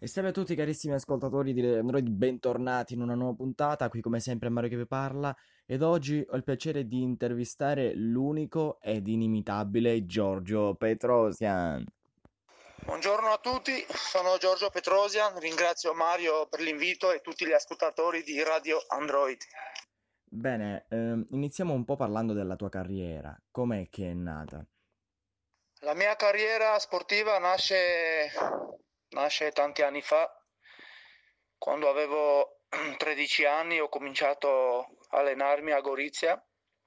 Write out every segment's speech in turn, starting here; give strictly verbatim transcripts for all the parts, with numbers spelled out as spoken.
E salve a tutti carissimi ascoltatori di Android, bentornati in una nuova puntata, qui come sempre è Mario che vi parla ed oggi ho il piacere di intervistare l'unico ed inimitabile Giorgio Petrosian. Buongiorno a tutti, sono Giorgio Petrosian, ringrazio Mario per l'invito e tutti gli ascoltatori di Radio Android. Bene, ehm, iniziamo un po' parlando della tua carriera, com'è che è nata? La mia carriera sportiva nasce, nasce tanti anni fa, quando avevo tredici anni ho cominciato a allenarmi a Gorizia,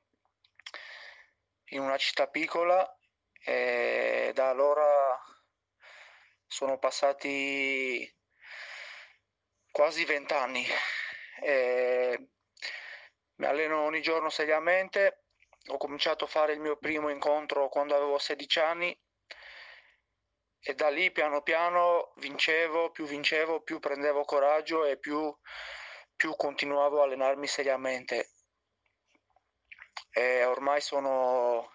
in una città piccola, e da allora sono passati quasi vent'anni. E mi alleno ogni giorno seriamente. Ho cominciato a fare il mio primo incontro quando avevo sedici anni e da lì piano piano vincevo, più vincevo, più prendevo coraggio e più, più continuavo a allenarmi seriamente. E ormai sono,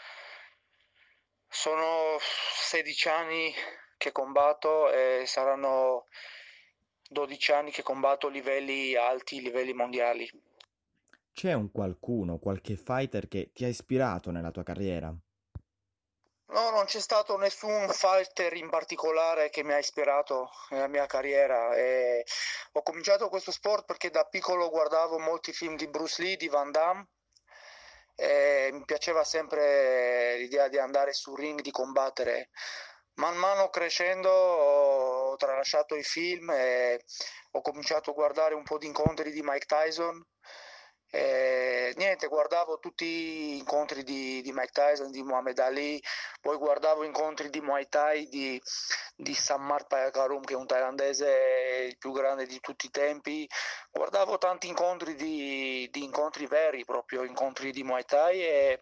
sono sedici anni che combatto e saranno dodici anni che combatto livelli alti, livelli mondiali. C'è un qualcuno, qualche fighter che ti ha ispirato nella tua carriera? No, non c'è stato nessun fighter in particolare che mi ha ispirato nella mia carriera. E ho cominciato questo sport perché da piccolo guardavo molti film di Bruce Lee, di Van Damme, e mi piaceva sempre l'idea di andare sul ring, di combattere. Man mano crescendo ho tralasciato i film e ho cominciato a guardare un po' di incontri di Mike Tyson. E niente, guardavo tutti gli incontri di, di Mike Tyson, di Muhammad Ali, poi guardavo incontri di Muay Thai di, di Sammar Payakarum, che è un thailandese il più grande di tutti i tempi. Guardavo tanti incontri di, di incontri veri, proprio incontri di Muay Thai e,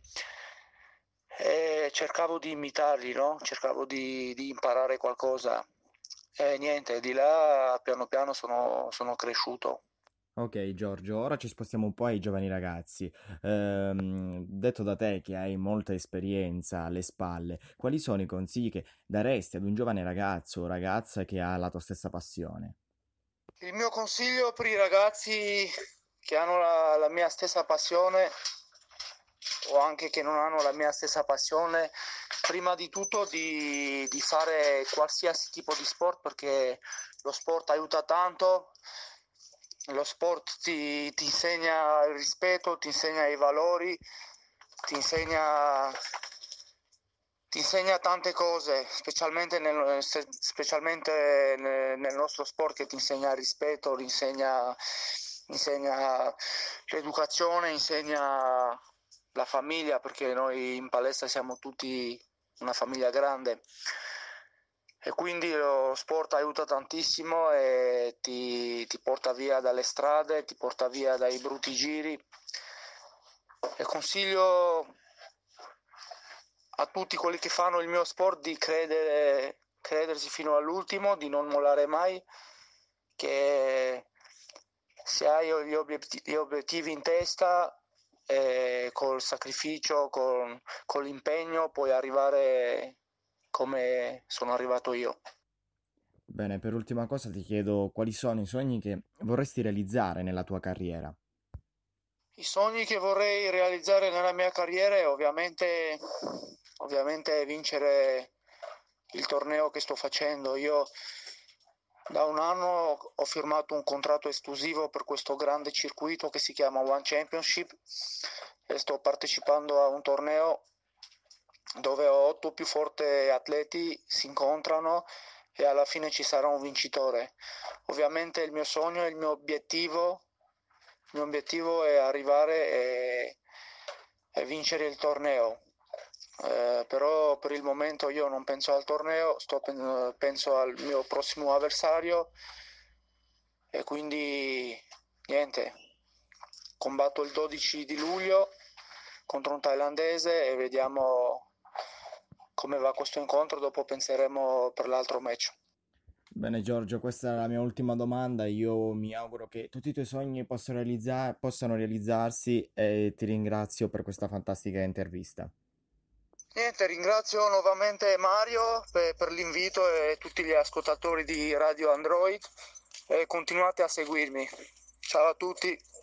e cercavo di imitarli, no? Cercavo di, di imparare qualcosa. E niente, di là piano piano sono, sono cresciuto. Ok Giorgio, ora ci spostiamo un po' ai giovani ragazzi. Ehm, detto da te che hai molta esperienza alle spalle, quali sono i consigli che daresti ad un giovane ragazzo o ragazza che ha la tua stessa passione? Il mio consiglio per i ragazzi che hanno la, la mia stessa passione o anche che non hanno la mia stessa passione, prima di tutto di, di fare qualsiasi tipo di sport, perché lo sport aiuta tanto, lo sport ti, ti insegna il rispetto, ti insegna i valori, ti insegna, ti insegna tante cose, specialmente nel, specialmente nel, nel nostro sport, che ti insegna il rispetto, insegna, insegna l'educazione, insegna la famiglia, perché noi in palestra siamo tutti una famiglia grande. E quindi lo sport aiuta tantissimo e ti, ti porta via dalle strade, ti porta via dai brutti giri. E consiglio a tutti quelli che fanno il mio sport di credere, credersi fino all'ultimo, di non mollare mai, che se hai gli obiettivi, gli obiettivi in testa, e col sacrificio, con, con l'impegno, puoi arrivare come sono arrivato io. Bene, per ultima cosa ti chiedo quali sono i sogni che vorresti realizzare nella tua carriera. I sogni che vorrei realizzare nella mia carriera è ovviamente, ovviamente vincere il torneo che sto facendo. Io da un anno ho firmato un contratto esclusivo per questo grande circuito che si chiama One Championship e sto partecipando a un torneo dove otto più forti atleti si incontrano e alla fine ci sarà un vincitore. Ovviamente il mio sogno e il mio obiettivo, il mio obiettivo è arrivare e, e vincere il torneo. Eh, però per il momento io non penso al torneo, sto, penso al mio prossimo avversario e quindi niente, combatto il dodici di luglio contro un thailandese e vediamo come va questo incontro, dopo penseremo per l'altro match. Bene Giorgio, questa è la mia ultima domanda. Io mi auguro che tutti i tuoi sogni possano realizza- possano realizzarsi e ti ringrazio per questa fantastica intervista. Niente, ringrazio nuovamente Mario per, per l'invito e tutti gli ascoltatori di Radio Android e continuate a seguirmi. Ciao a tutti.